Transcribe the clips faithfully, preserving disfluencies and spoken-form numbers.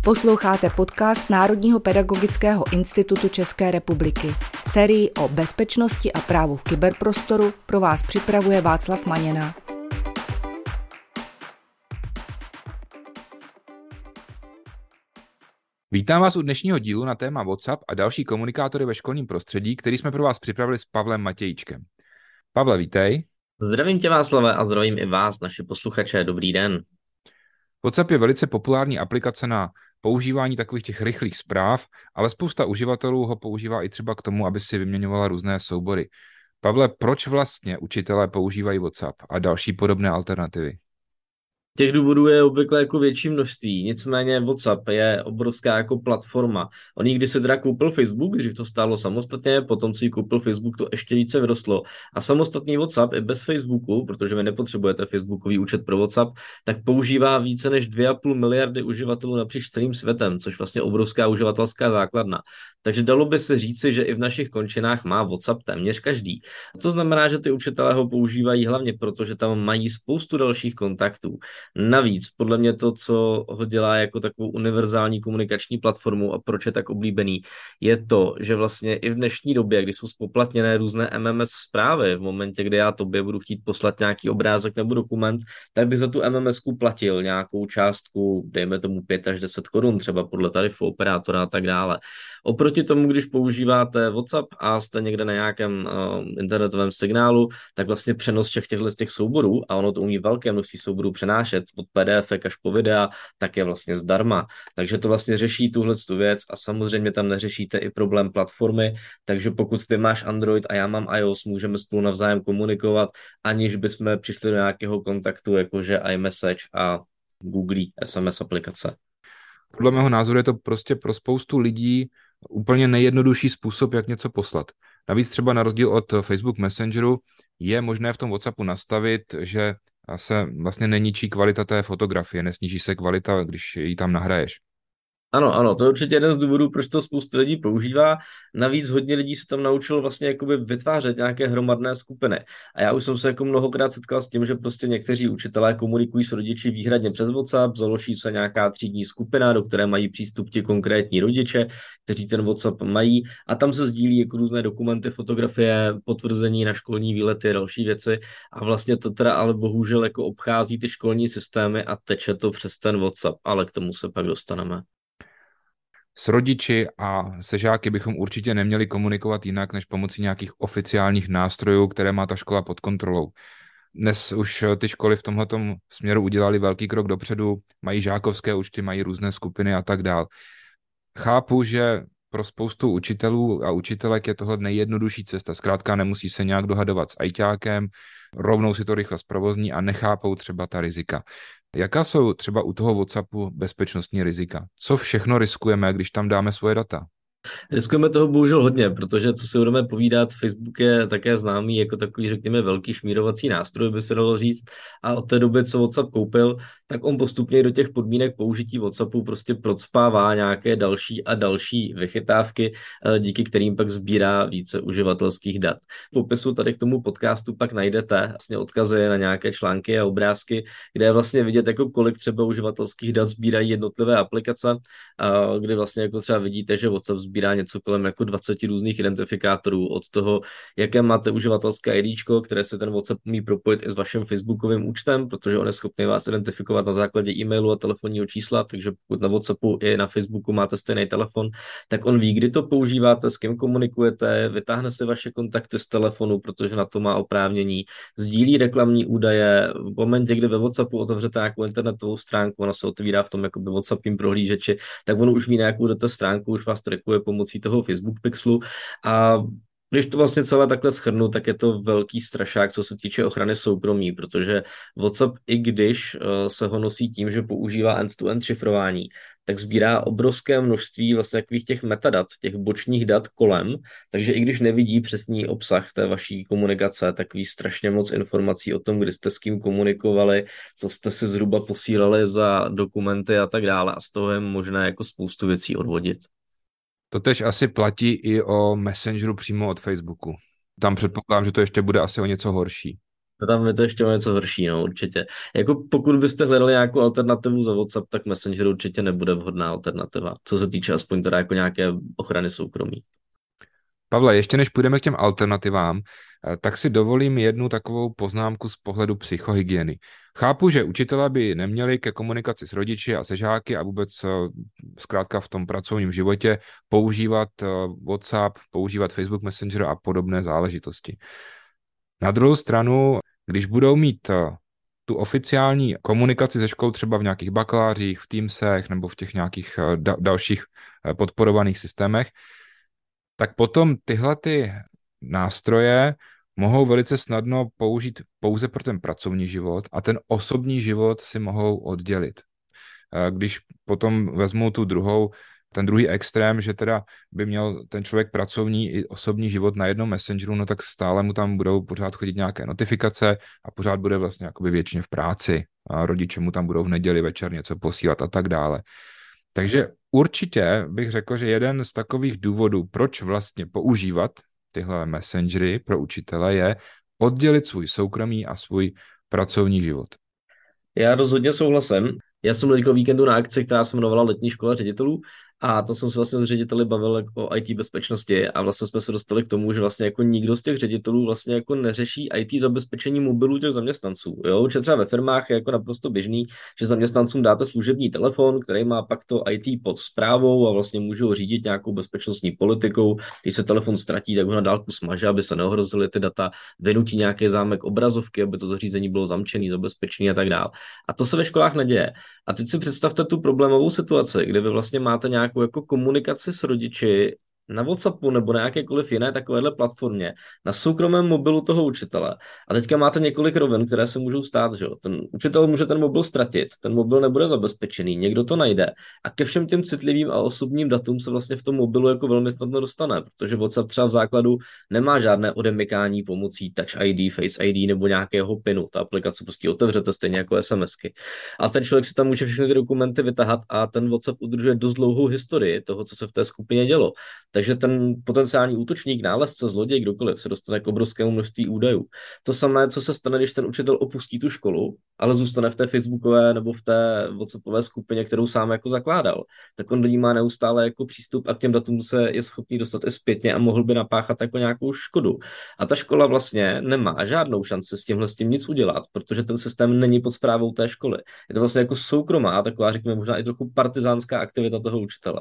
Posloucháte podcast Národního pedagogického institutu České republiky. Sérii o bezpečnosti a právu v kyberprostoru pro vás připravuje Václav Maněna. Vítám vás u dnešního dílu na téma WhatsApp a další komunikátory ve školním prostředí, který jsme pro vás připravili s Pavlem Matějíčkem. Pavle, vítej. Zdravím tě, Václave, a zdravím i vás, naši posluchače. Dobrý den. WhatsApp je velice populární aplikace na používání takových těch rychlých zpráv, ale spousta uživatelů ho používá i třeba k tomu, aby si vyměňovala různé soubory. Pavle, proč vlastně učitelé používají WhatsApp a další podobné alternativy? Těch důvodů je obvykle jako větší množství, nicméně WhatsApp je obrovská jako platforma. On když se teda koupil Facebook, když to stálo samostatně, potom co ji koupil Facebook, to ještě více vyrostlo. A samostatný WhatsApp i bez Facebooku, protože vy nepotřebujete Facebookový účet pro WhatsApp, tak používá více než dvě a půl miliardy uživatelů napříč celým světem, což vlastně obrovská uživatelská základna. Takže dalo by se říci, že i v našich končinách má WhatsApp téměř každý. To znamená, že ty učitelé ho používají hlavně proto, že tam mají spoustu dalších kontaktů. Navíc, podle mě to, co ho dělá jako takovou univerzální komunikační platformu a proč je tak oblíbený, je to, že vlastně i v dnešní době, kdy jsou spoplatněné různé M M S zprávy, v momentě, kdy já tobě budu chtít poslat nějaký obrázek nebo dokument, tak bych za tu MMSku platil nějakou částku, dejme tomu pět až deset korun, třeba podle tarifu operátora a tak dále. Oproti tomu, když používáte WhatsApp a jste někde na nějakém uh, internetovém signálu, tak vlastně přenos všech těchto z těch souborů, a ono to umí velké množství souborů přenášet, od P D F až po videa, tak je vlastně zdarma. Takže to vlastně řeší tuhle věc a samozřejmě tam neřešíte i problém platformy, takže pokud ty máš Android a já mám iOS, můžeme spolu navzájem komunikovat, aniž bychom přišli do nějakého kontaktu, jakože iMessage a Google S M S aplikace. Podle mého názoru je to prostě pro spoustu lidí úplně nejjednodušší způsob, jak něco poslat. Navíc třeba na rozdíl od Facebook Messengeru je možné v tom WhatsAppu nastavit, že se vlastně neníčí kvalita té fotografie, nesníží se kvalita, když ji tam nahraješ. Ano, ano, to je určitě jeden z důvodů, proč to spoustu lidí používá. Navíc hodně lidí se tam naučilo vlastně jakoby vytvářet nějaké hromadné skupiny. A já už jsem se jako mnohokrát setkal s tím, že prostě někteří učitelé komunikují s rodiči výhradně přes WhatsApp, založí se nějaká třídní skupina, do které mají přístup ti konkrétní rodiče, kteří ten WhatsApp mají, a tam se sdílí jako různé dokumenty, fotografie, potvrzení na školní výlety, další věci. A vlastně to teda ale bohužel jako obchází ty školní systémy a teče to přes ten WhatsApp, ale k tomu se pak dostaneme. S rodiči a se žáky bychom určitě neměli komunikovat jinak než pomocí nějakých oficiálních nástrojů, které má ta škola pod kontrolou. Dnes už ty školy v tomhletom směru udělali velký krok dopředu, mají žákovské účty, mají různé skupiny a tak dál. Chápu, že pro spoustu učitelů a učitelek je tohle nejjednodušší cesta. Zkrátka nemusí se nějak dohadovat s ajťákem, rovnou si to rychle zprovozní a nechápou třeba ta rizika. Jaká jsou třeba u toho WhatsAppu bezpečnostní rizika? Co všechno riskujeme, když tam dáme svoje data? Riskujeme toho bohužel hodně, protože co si budeme povídat, Facebook je také známý jako takový, řekněme, velký šmírovací nástroj, by se dalo říct. A od té doby, co WhatsApp koupil, tak on postupně do těch podmínek použití WhatsAppu prostě procpává nějaké další a další vychytávky, díky kterým pak sbírá více uživatelských dat. V popisu tady k tomu podcastu pak najdete vlastně odkazy na nějaké články a obrázky, kde je vlastně vidět, jako kolik třeba uživatelských dat sbírají jednotlivé aplikace, kdy vlastně jako třeba vidíte, že WhatsApp sbírá něco kolem jako dvacet různých identifikátorů, od toho, jaké máte uživatelské IDčko, které se ten WhatsApp umí propojit i s vaším Facebookovým účtem, protože on je schopný vás identifikovat na základě e-mailu a telefonního čísla, takže pokud na WhatsAppu i na Facebooku máte stejný telefon, tak on ví, kdy to používáte, s kým komunikujete, vytáhne si vaše kontakty z telefonu, protože na to má oprávnění, sdílí reklamní údaje. V momentě, kdy ve WhatsAppu otevřete nějakou internetovou stránku, ona se otevírá v tom jakoby WhatsAppním prohlížeči, tak on už ví nějakou data stránku, už vás trackuje pomocí toho Facebook Pixelu. A když to vlastně celé takhle shrnu, tak je to velký strašák, co se týče ochrany soukromí, protože WhatsApp, i když se ho nosí tím, že používá end-to-end šifrování, tak sbírá obrovské množství vlastně takových těch metadat, těch bočních dat kolem, takže i když nevidí přesný obsah té vaší komunikace, tak ví strašně moc informací o tom, kdy jste s kým komunikovali, co jste si zhruba posílali za dokumenty a tak dále, a z toho je možné jako spoustu věcí odvodit. Totež asi platí i o Messengeru přímo od Facebooku. Tam předpokládám, že to ještě bude asi o něco horší. To tam je to ještě o něco horší, no, určitě. Jako pokud byste hledali nějakou alternativu za WhatsApp, tak Messenger určitě nebude vhodná alternativa, co se týče aspoň teda jako nějaké ochrany soukromí. Pavle, ještě než půjdeme k těm alternativám, eh, tak si dovolím jednu takovou poznámku z pohledu psychohygieny. Chápu, že učitelé by neměli ke komunikaci s rodiči a se žáky a vůbec eh, zkrátka v tom pracovním životě používat eh, WhatsApp, používat Facebook Messenger a podobné záležitosti. Na druhou stranu, když budou mít eh, tu oficiální komunikaci ze škol třeba v nějakých bakalářích, v Teamsech nebo v těch nějakých eh, da- dalších eh, podporovaných systémech, tak potom tyhle ty nástroje mohou velice snadno použít pouze pro ten pracovní život a ten osobní život si mohou oddělit. Když potom vezmu tu druhou, ten druhý extrém, že teda by měl ten člověk pracovní i osobní život na jednom messengeru, no tak stále mu tam budou pořád chodit nějaké notifikace a pořád bude vlastně jakoby většině v práci a rodiče mu tam budou v neděli večer něco posílat a tak dále. Takže určitě bych řekl, že jeden z takových důvodů, proč vlastně používat tyhle messengery pro učitele, je oddělit svůj soukromý a svůj pracovní život. Já rozhodně souhlasím. Já jsem teďka o víkendu na akci, která se jmenovala Letní škola ředitelů, a to jsem se vlastně s řediteli bavil o í té bezpečnosti a vlastně jsme se dostali k tomu, že vlastně jako nikdo z těch ředitelů vlastně jako neřeší í té zabezpečení mobilů těch zaměstnanců. Jo, že třeba ve firmách je jako naprosto běžný, že zaměstnancům dáte služební telefon, který má pak to í té pod správou a vlastně můžou řídit nějakou bezpečnostní politikou. Když se telefon ztratí, tak ho na dálku smaže, aby se neohrozily ty data, vynutí nějaký zámek obrazovky, aby to zařízení bylo zamčené, zabezpečené a tak dále. A to se ve školách neděje. A teď si představte tu problémovou situaci, kde vy vlastně máte nějakou jako komunikaci s rodiči na WhatsAppu nebo na jakékoliv jiné takovéhle platformě, na soukromém mobilu toho učitele. A teďka máte několik rovin, které se můžou stát, že jo. Ten učitel může ten mobil ztratit, ten mobil nebude zabezpečený, někdo to najde a ke všem těm citlivým a osobním datům se vlastně v tom mobilu jako velmi snadno dostane, protože WhatsApp třeba v základu nemá žádné odemykání pomocí Touch í dé, Face í dé nebo nějakého pinu. Ta aplikace prostě otevřete stejně jako SMSky. A ten člověk si tam může všechny ty dokumenty vytahat a ten WhatsApp udržuje dost dlouhou historii toho, co se v té skupině dělo. Takže ten potenciální útočník, nálezce, zloděj, kdokoliv se dostane k obrovskému množství údajů. To samé, co se stane, když ten učitel opustí tu školu, ale zůstane v té facebookové nebo v té WhatsAppové skupině, kterou sám jako zakládal, tak on do ní má neustále jako přístup a k těm datům se je schopný dostat i zpětně a mohl by napáchat jako nějakou škodu. A ta škola vlastně nemá žádnou šanci s tímhle s tím nic udělat, protože ten systém není pod správou té školy. Je to vlastně jako soukromá, taková, řekněme, možná i trochu partizánská aktivita toho učitele.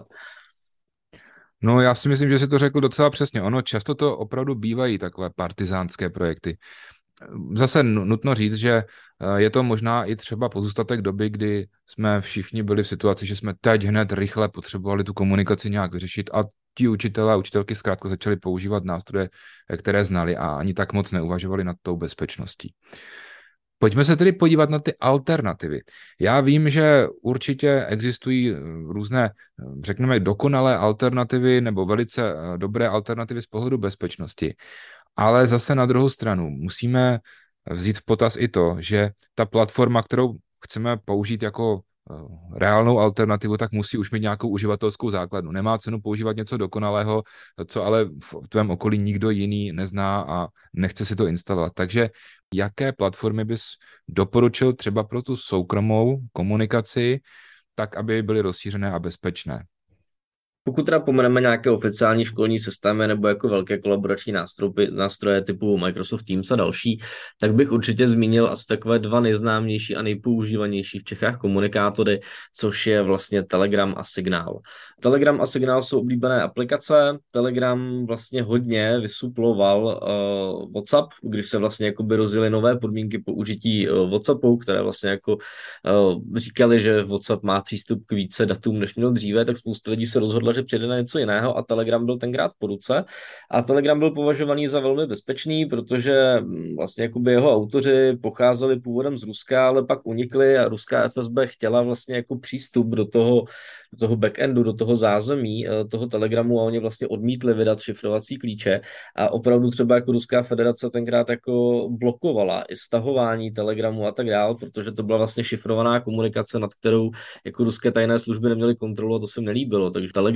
No já si myslím, že si to řekl docela přesně. Ono často to opravdu bývají takové partizánské projekty. Zase nutno říct, že je to možná i třeba pozůstatek doby, kdy jsme všichni byli v situaci, že jsme teď hned rychle potřebovali tu komunikaci nějak vyřešit a ti učitelé a učitelky zkrátka začali používat nástroje, které znali a ani tak moc neuvažovali nad tou bezpečností. Pojďme se tedy podívat na ty alternativy. Já vím, že určitě existují různé, řekněme, dokonalé alternativy nebo velice dobré alternativy z pohledu bezpečnosti. Ale zase na druhou stranu musíme vzít v potaz i to, že ta platforma, kterou chceme použít jako reálnou alternativu, tak musí už mít nějakou uživatelskou základnu. Nemá cenu používat něco dokonalého, co ale v tvém okolí nikdo jiný nezná a nechce si to instalovat. Takže jaké platformy bys doporučil třeba pro tu soukromou komunikaci, tak aby byly rozšířené a bezpečné? Pokud teda pomeneme nějaké oficiální školní systémy nebo jako velké kolaborační nástroje, nástroje typu Microsoft Teams a další, tak bych určitě zmínil asi takové dva nejznámější a nejpoužívanější v Čechách komunikátory, což je vlastně Telegram a Signál. Telegram a Signál jsou oblíbené aplikace. Telegram vlastně hodně vysuploval uh, WhatsApp, když se vlastně jakoby rozjeli nové podmínky použití uh, WhatsAppu, které vlastně jako uh, říkali, že WhatsApp má přístup k více datům, než měl dříve, tak spousta lidí se rozhodla, že přijde na něco jiného a Telegram byl tenkrát po ruce. A Telegram byl považovaný za velmi bezpečný, protože vlastně jakoby jeho autoři pocházeli původem z Ruska, ale pak unikli a ruská F S B chtěla vlastně jako přístup do toho, do toho backendu, do toho zázemí toho Telegramu a oni vlastně odmítli vydat šifrovací klíče a opravdu třeba jako Ruská federace tenkrát jako blokovala i stahování Telegramu a tak dál, protože to byla vlastně šifrovaná komunikace, nad kterou jako ruské tajné služby neměly kontrolu a to se jim nelíbilo. Takže Telegram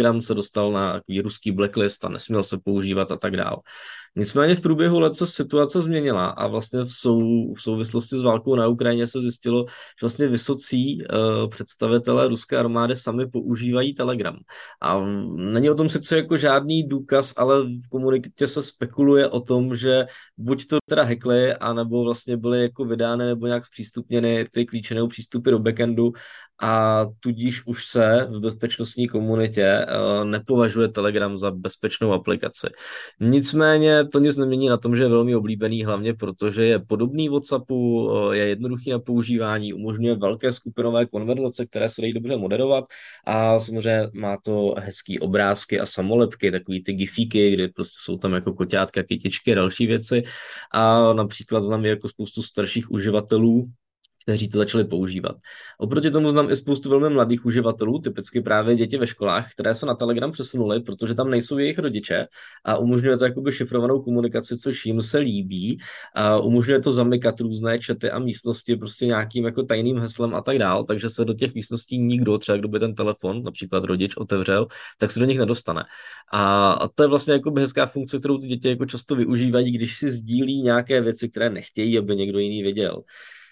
Telegram se dostal na takový ruský blacklist a nesměl se používat a tak dál. Nicméně v průběhu let se situace změnila a vlastně v, sou, v souvislosti s válkou na Ukrajině se zjistilo, že vlastně vysocí uh, představitelé ruské armády sami používají Telegram. A není o tom sice jako žádný důkaz, ale v komunitě se spekuluje o tom, že buď to teda hackli, anebo vlastně byly jako vydány nebo nějak zpřístupněny ty klíče nebo přístupy do backendu a tudíž už se v bezpečnostní komunitě uh, nepovažuje Telegram za bezpečnou aplikaci. Nicméně to nic nemění na tom, že je velmi oblíbený, hlavně protože je podobný WhatsAppu, uh, je jednoduchý na používání, umožňuje velké skupinové konverzace, které se dají dobře moderovat a samozřejmě má to hezký obrázky a samolepky, takový ty gifíky, kdy prostě jsou tam jako koťátka, kytičky a další věci a například znám jako spoustu starších uživatelů, kteří to začali používat. Oproti tomu znám i spoustu velmi mladých uživatelů, typicky právě děti ve školách, které se na Telegram přesunuly, protože tam nejsou jejich rodiče a umožňuje to jakoby šifrovanou komunikaci, což jim se líbí a umožňuje to zamykat různé chaty a místnosti prostě nějakým jako tajným heslem a tak dál, takže se do těch místností nikdo, třeba kdo by ten telefon, například rodič, otevřel, tak se do nich nedostane. A to je vlastně jakoby hezká funkce, kterou ty děti jako často využívají, když si sdílí nějaké věci, které nechtějí, aby někdo jiný viděl.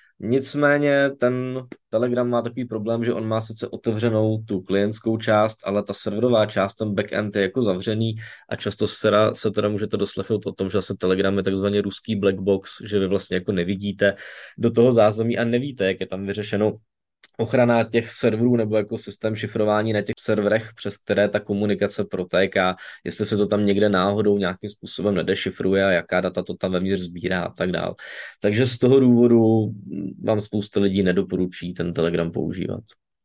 Nicméně ten Telegram má takový problém, že on má sice otevřenou tu klientskou část, ale ta serverová část, ten backend je jako zavřený a často se teda, se teda můžete doslechnout o tom, že se Telegram je takzvaně ruský black box, že vy vlastně jako nevidíte do toho zázemí a nevíte, jak je tam vyřešeno ochrana těch serverů nebo jako systém šifrování na těch serverech, přes které ta komunikace protéká, jestli se to tam někde náhodou nějakým způsobem nedešifruje a jaká data to tam vevnitř sbírá a tak dál. Takže z toho důvodu vám spousta lidí nedoporučí ten Telegram používat.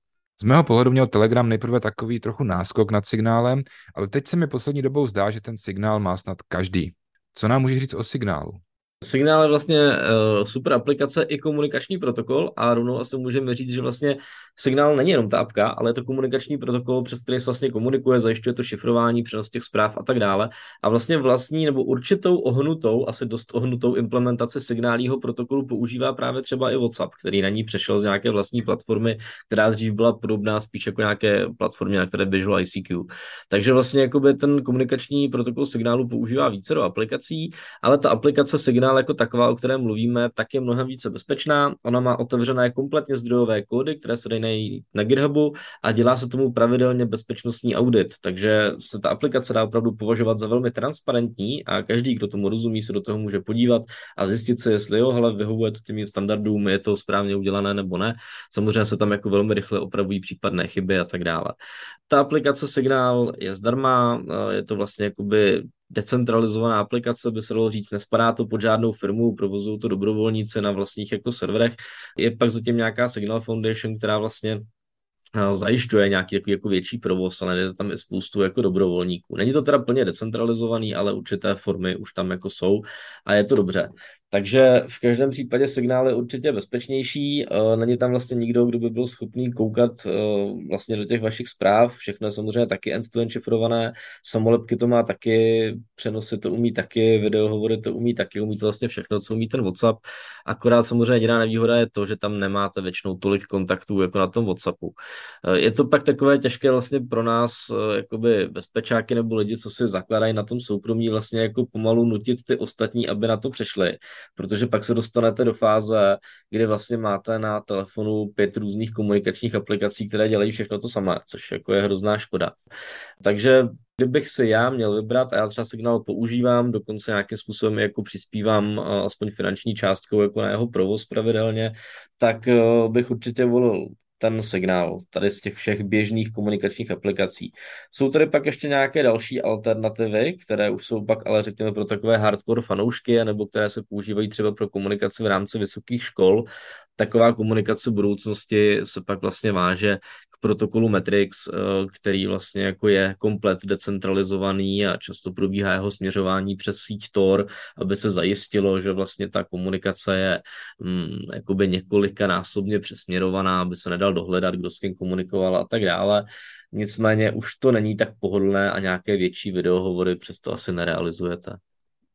Z mého pohledu měl Telegram nejprve takový trochu náskok nad Signálem, ale teď se mi poslední dobou zdá, že ten Signál má snad každý. Co nám může říct o Signálu? Signál je vlastně uh, super aplikace i komunikační protokol a rovnou asi můžeme říct, že vlastně Signál není jenom ta apka, ale je to komunikační protokol, přes který se vlastně komunikuje, zajišťuje to šifrování, přenos těch zpráv a tak dále. A vlastně vlastní nebo určitou ohnutou, asi dost ohnutou implementaci signálního protokolu používá právě třeba i WhatsApp, který na ní přešel z nějaké vlastní platformy, která dřív byla podobná spíš jako nějaké platformě, na které běželo I C Q. Takže vlastně jakoby ten komunikační protokol Signálu používá více do aplikací, ale ta aplikace Signál jako taková, o které mluvíme, tak je mnohem více bezpečná. Ona má otevřené kompletně zdrojové kódy, které se dají najít na GitHubu a dělá se tomu pravidelně bezpečnostní audit, takže se ta aplikace dá opravdu považovat za velmi transparentní a každý, kdo tomu rozumí, se do toho může podívat a zjistit si, jestli jo, hele, vyhovuje to těm standardům, je to správně udělané nebo ne. Samozřejmě se tam jako velmi rychle opravují případné chyby a tak dále. Ta aplikace Signál je zdarma, je to vlastně jakoby decentralizovaná aplikace, by se dalo říct, nespadá to pod žádnou firmu, provozují to dobrovolníci na vlastních jako serverech. Je pak zatím nějaká Signal Foundation, která vlastně zajišťuje nějaký jako, jako větší provoz, ale je tam i spoustu jako dobrovolníků. Není to teda plně decentralizovaný, ale určité formy už tam jako jsou a je to dobře. Takže v každém případě Signál je určitě bezpečnější, není tam vlastně nikdo, kdo by byl schopný koukat vlastně do těch vašich zpráv, všechno je samozřejmě taky end-to-end šifrované, samolepky to má taky, přenosy to umí taky, videohovory to umí taky, umí to vlastně všechno, co umí ten WhatsApp, akorát samozřejmě jediná nevýhoda je to, že tam nemáte většinou tolik kontaktů jako na tom WhatsAppu. Je to pak takové těžké vlastně pro nás jakoby bezpečáky nebo lidi, co si zakladají na tom soukromí, vlastně jako pomalu nutit ty ostatní, aby na to přešli, protože pak se dostanete do fáze, kdy vlastně máte na telefonu pět různých komunikačních aplikací, které dělají všechno to samé, což jako je hrozná škoda. Takže kdybych si já měl vybrat, a já třeba Signál používám, dokonce nějakým způsobem jako přispívám aspoň finanční částkou jako na jeho provoz pravidelně, tak bych určitě volil ten Signál, tady z těch všech běžných komunikačních aplikací. Jsou tady pak ještě nějaké další alternativy, které už jsou pak ale řekněme pro takové hardcore fanoušky, nebo které se používají třeba pro komunikaci v rámci vysokých škol. Taková komunikace budoucnosti se pak vlastně váže k protokolu Matrix, který vlastně jako je komplet decentralizovaný a často probíhá jeho směřování přes síť Tor, aby se zajistilo, že vlastně ta komunikace je hm, jakoby několikanásobně přesměrovaná, aby se nedal dohledat, kdo s kým komunikoval a tak dále. Nicméně už to není tak pohodlné a nějaké větší videohovory přesto asi nerealizujete.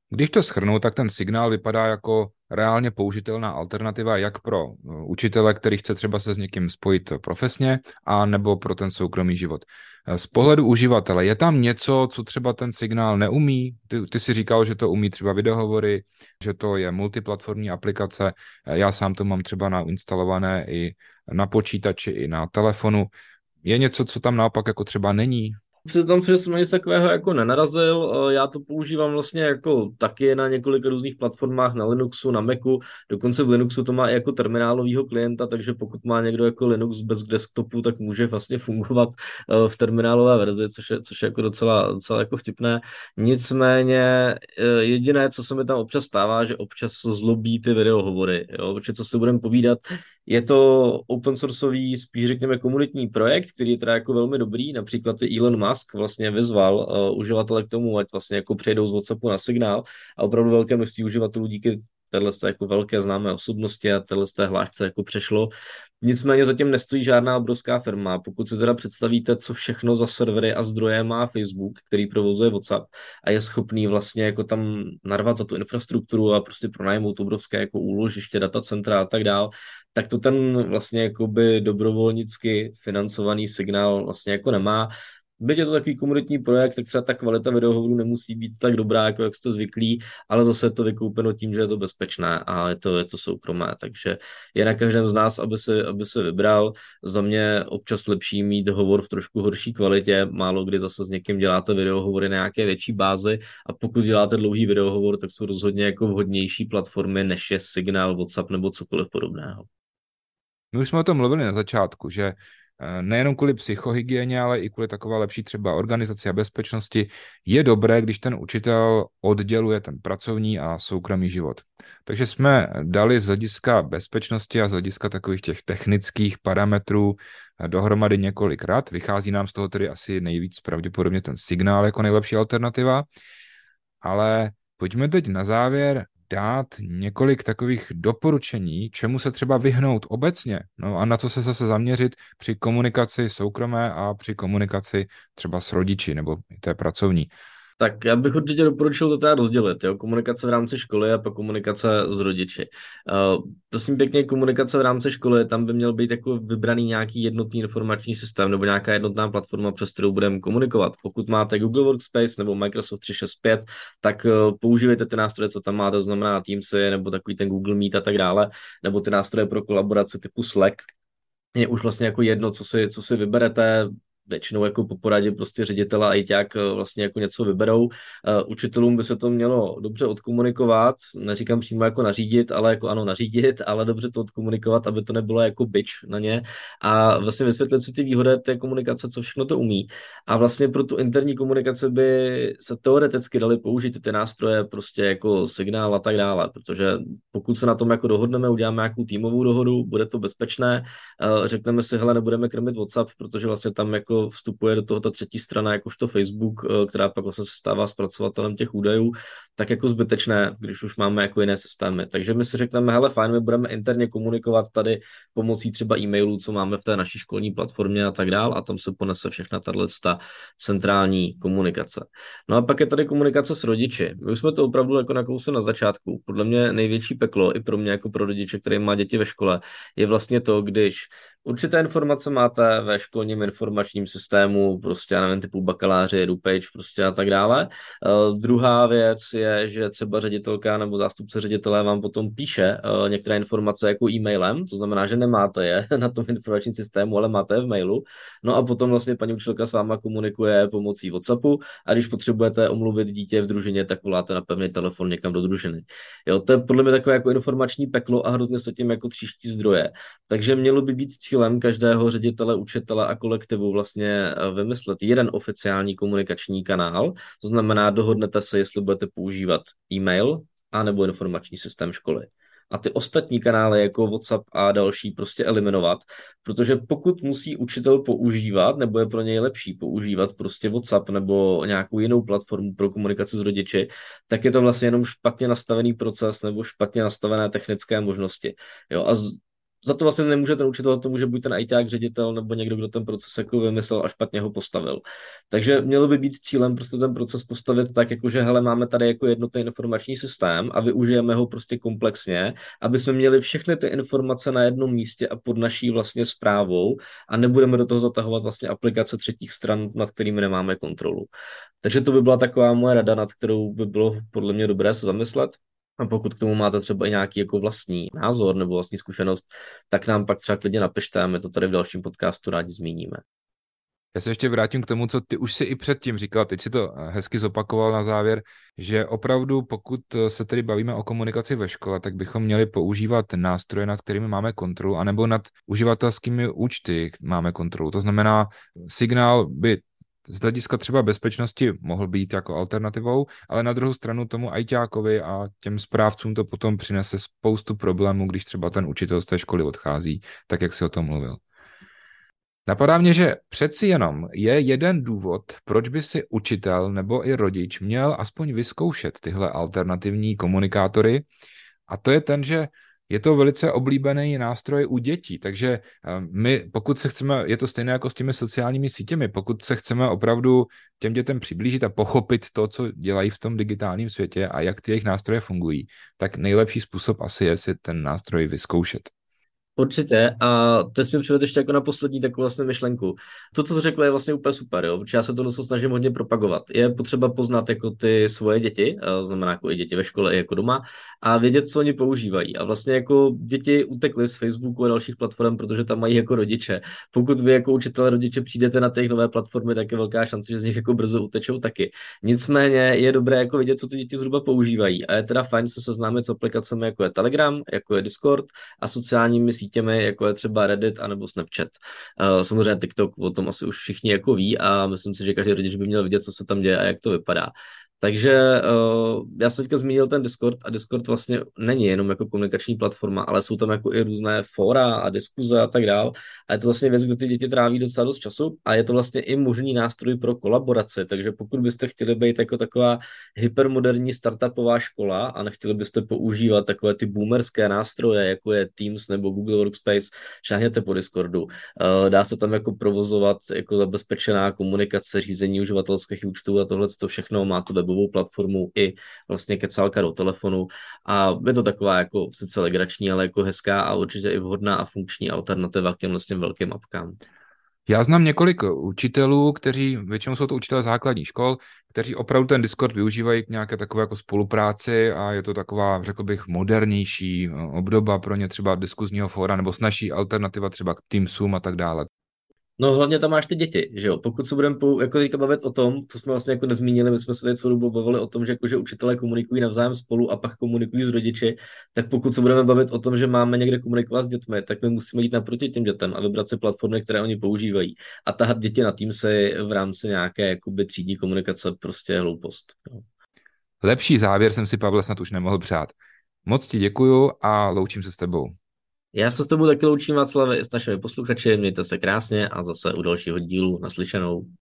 Když to shrnu, tak ten signál vypadá jako reálně použitelná alternativa jak pro učitele, který chce třeba se s někým spojit profesně, a nebo pro ten soukromý život. Z pohledu uživatele, je tam něco, co třeba ten signál neumí? Ty, ty si říkal, že to umí třeba videohovory, že to je multiplatformní aplikace. Já sám to mám třeba nainstalované i na počítači, i na telefonu. Je něco, co tam naopak jako třeba není? Přiznám se, že jsem na nic takového jako nenarazil. Já to používám vlastně jako taky na několik různých platformách, na Linuxu, na Macu. Dokonce v Linuxu to má i jako terminálovýho klienta, takže pokud má někdo jako Linux bez desktopu, tak může vlastně fungovat v terminálové verzi, což je, což je jako docela, docela jako vtipné. Nicméně jediné, co se mi tam občas stává, že občas zlobí ty videohovory, jo? Protože co si budeme povídat, je to open sourceový, spíš řekněme komunitní projekt, který je teda jako velmi dobrý, například i Elon Musk vlastně vyzval uh, uživatele k tomu, ať vlastně jako přejdou z WhatsAppu na Signál, a opravdu velké množství uživatelů díky téhle jako velké známé osobnosti a téhle hlášce jako přešlo. Nicméně zatím nestojí žádná obrovská firma. Pokud si teda představíte, co všechno za servery a zdroje má Facebook, který provozuje WhatsApp a je schopný vlastně jako tam narvat za tu infrastrukturu a prostě pronajmout obrovské jako úložiště, datacentra a tak dál, tak to ten vlastně jakoby dobrovolnicky financovaný Signál vlastně jako nemá. Byť je to takový komunitní projekt, tak třeba ta kvalita videohovorů nemusí být tak dobrá, jako jak jste zvyklí, ale zase je to vykoupeno tím, že je to bezpečné a je to, je to soukromé, takže je na každém z nás, aby se, aby se vybral. Za mě občas lepší mít hovor v trošku horší kvalitě, málo kdy zase s někým děláte videohovory na nějaké větší bázi, a pokud děláte dlouhý videohovor, tak jsou rozhodně jako vhodnější platformy, než je Signál, WhatsApp nebo cokoliv podobného. My už jsme o tom mluvili na začátku, že nejenom kvůli psychohygieně, ale i kvůli takové lepší třeba organizaci a bezpečnosti je dobré, když ten učitel odděluje ten pracovní a soukromý život. Takže jsme dali z hlediska bezpečnosti a z hlediska takových těch technických parametrů dohromady několikrát. Vychází nám z toho tedy asi nejvíc pravděpodobně ten Signál jako nejlepší alternativa, ale pojďme teď na závěr dát několik takových doporučení, čemu se třeba vyhnout obecně, no a na co se zase zaměřit při komunikaci soukromé a při komunikaci třeba s rodiči nebo té pracovní. Tak já bych určitě doporučil to teda rozdělit, jo? Komunikace v rámci školy a pak komunikace s rodiči. Uh, prosím pěkně, komunikace v rámci školy, tam by měl být jako vybraný nějaký jednotný informační systém nebo nějaká jednotná platforma, přes kterou budeme komunikovat. Pokud máte Google Workspace nebo Microsoft tři šest pět, tak uh, používejte ty nástroje, co tam máte, to znamená Teamsy nebo takový ten Google Meet a tak dále, nebo ty nástroje pro kolaboraci typu Slack. Je už vlastně jako jedno, co si, co si vyberete. Většinou jako po poradě prostě ředitele a ajťák vlastně jako něco vyberou. Uh, učitelům by se to mělo dobře odkomunikovat, neříkám přímo jako nařídit, ale jako ano nařídit, ale dobře to odkomunikovat, aby to nebylo jako bič na ně, a vlastně vysvětlit si ty výhody té komunikace, co všechno to umí. A vlastně pro tu interní komunikaci by se teoreticky daly použít ty nástroje prostě jako Signál a tak dále, protože pokud se na tom jako dohodneme, uděláme nějakou týmovou dohodu, bude to bezpečné, uh, řekneme si, hele, nebudeme krmit WhatsApp, protože vlastně tam jako vstupuje do toho ta třetí strana, jakožto Facebook, která pak vlastně se stává zpracovatelem těch údajů, tak jako zbytečné, když už máme jako jiné systémy. Takže my si řekneme, hele, fajn, my budeme interně komunikovat tady pomocí třeba e-mailů, co máme v té naší školní platformě a tak dál, a tam se ponese všechna tato centrální komunikace. No a pak je tady komunikace s rodiči. My už jsme to opravdu jako nakousli na začátku. Podle mě největší peklo i pro mě jako pro rodiče, který má děti ve škole, je vlastně to, když určité informace máte ve školním informačním systému, prostě já nevím, typu bakaláři, EduPage prostě a tak dále. Uh, druhá věc je, že třeba ředitelka nebo zástupce ředitele vám potom píše uh, některé informace jako e-mailem, to znamená, že nemáte je na tom informačním systému, ale máte je v mailu. No a potom vlastně paní učitelka s váma komunikuje pomocí WhatsAppu, a když potřebujete omluvit dítě v družině, tak voláte na pevný telefon někam do družiny. Jo, to je podle mě takové jako informační peklo a hrozně se tím jako tříští zdroje. Takže mělo by být cílem každého ředitele, učitele a kolektivu vlastně vymyslet jeden oficiální komunikační kanál. To znamená, dohodnete se, jestli budete používat e-mail anebo informační systém školy. A ty ostatní kanály jako WhatsApp a další prostě eliminovat, protože pokud musí učitel používat, nebo je pro něj lepší používat prostě WhatsApp nebo nějakou jinou platformu pro komunikaci s rodiči, tak je to vlastně jenom špatně nastavený proces nebo špatně nastavené technické možnosti. Jo, a z za to vlastně nemůže ten učitel, za to může být ten ajťák, ředitel nebo někdo, kdo ten proces jako vymyslel a špatně ho postavil. Takže mělo by být cílem prostě ten proces postavit tak, jako že hele, máme tady jako jednotný informační systém a využijeme ho prostě komplexně, aby jsme měli všechny ty informace na jednom místě a pod naší vlastně správou a nebudeme do toho zatahovat vlastně aplikace třetích stran, nad kterými nemáme kontrolu. Takže to by byla taková moje rada, nad kterou by bylo podle mě dobré se zamyslet. A pokud k tomu máte třeba i nějaký jako vlastní názor nebo vlastní zkušenost, tak nám pak třeba klidně napište a my to tady v dalším podcastu rádi zmíníme. Já se ještě vrátím k tomu, co ty už si i předtím říkal, teď si to hezky zopakoval na závěr, že opravdu pokud se tedy bavíme o komunikaci ve škole, tak bychom měli používat nástroje, nad kterými máme kontrolu, anebo nad uživatelskými účty máme kontrolu. To znamená, signál by z hlediska třeba bezpečnosti mohl být jako alternativou, ale na druhou stranu tomu ajťákovi a těm správcům to potom přinese spoustu problémů, když třeba ten učitel z té školy odchází, tak jak si o tom mluvil. Napadá mě, že přeci jenom je jeden důvod, proč by si učitel nebo i rodič měl aspoň vyzkoušet tyhle alternativní komunikátory, a to je ten, že je to velice oblíbený nástroj u dětí, takže my, pokud se chceme, je to stejné jako s těmi sociálními sítěmi, pokud se chceme opravdu těm dětem přiblížit a pochopit to, co dělají v tom digitálním světě a jak ty jejich nástroje fungují, tak nejlepší způsob asi je si ten nástroj vyzkoušet. Určitě, a to jsme přived ještě jako na poslední takovou vlastně myšlenku. To, co jsi řekl, je vlastně úplně super, jo? Protože já se to snažím hodně propagovat. Je potřeba poznat jako ty svoje děti, znamená jako i děti ve škole, i jako doma, a vědět, co oni používají. A vlastně jako děti utekly z Facebooku a dalších platform, protože tam mají jako rodiče. Pokud vy jako učitel rodiče přijdete na těch nové platformy, tak je velká šance, že z nich jako brzo utečou taky. Nicméně je dobré jako vědět, co ty děti zhruba používají. A je teda fajn se seznámit s aplikacemi, jako je Telegram, jako je Discord a sociálními sítěmi, jako je třeba Reddit anebo Snapchat. Uh, samozřejmě TikTok, o tom asi už všichni jako ví a myslím si, že každý rodič by měl vidět, co se tam děje a jak to vypadá. Takže uh, já jsem teďka zmínil ten Discord a Discord vlastně není jenom jako komunikační platforma, ale jsou tam jako i různé fóra a diskuze a tak dál. A je to vlastně věc, kde ty děti tráví docela dost času a je to vlastně i možný nástroj pro kolaboraci. Takže pokud byste chtěli být jako taková hypermoderní startupová škola a nechtěli byste používat takové ty boomerské nástroje, jako je Teams nebo Google Workspace, šáhněte po Discordu. Uh, dá se tam jako provozovat jako zabezpečená komunikace, řízení uživatelských účtů a tohle to všechno má tu webovou platformu i vlastně kecálka do telefonu a je to taková jako sice legrační, ale jako hezká a určitě i vhodná a funkční alternativa k těm vlastně velkým apkám. Já znám několik učitelů, kteří, většinou jsou to učitelé základních škol, kteří opravdu ten Discord využívají k nějaké takové jako spolupráci a je to taková, řekl bych, modernější obdoba pro ně třeba diskuzního fóra nebo snazší alternativa třeba k Teamsům a tak dále. No hlavně tam máš ty děti, že jo. Pokud se budeme jako teďka bavit o tom, co jsme vlastně jako nezmínili, my jsme se tady celou dobu bavili o tom, že, jako, že učitelé komunikují navzájem spolu a pak komunikují s rodiči, tak pokud se budeme bavit o tom, že máme někde komunikovat s dětmi, tak my musíme jít naproti těm dětem a vybrat si platformy, které oni používají. A tahat děti na Teamsy v rámci nějaké jakoby třídní komunikace prostě je hloupost. Jo. Lepší závěr jsem si, Pavle, snad už nemohl přát. Moc ti děkuju a loučím se s tebou. Já se s tebou taky loučím, Václave, i s našimi posluchači, mějte se krásně a zase u dalšího dílu naslyšenou.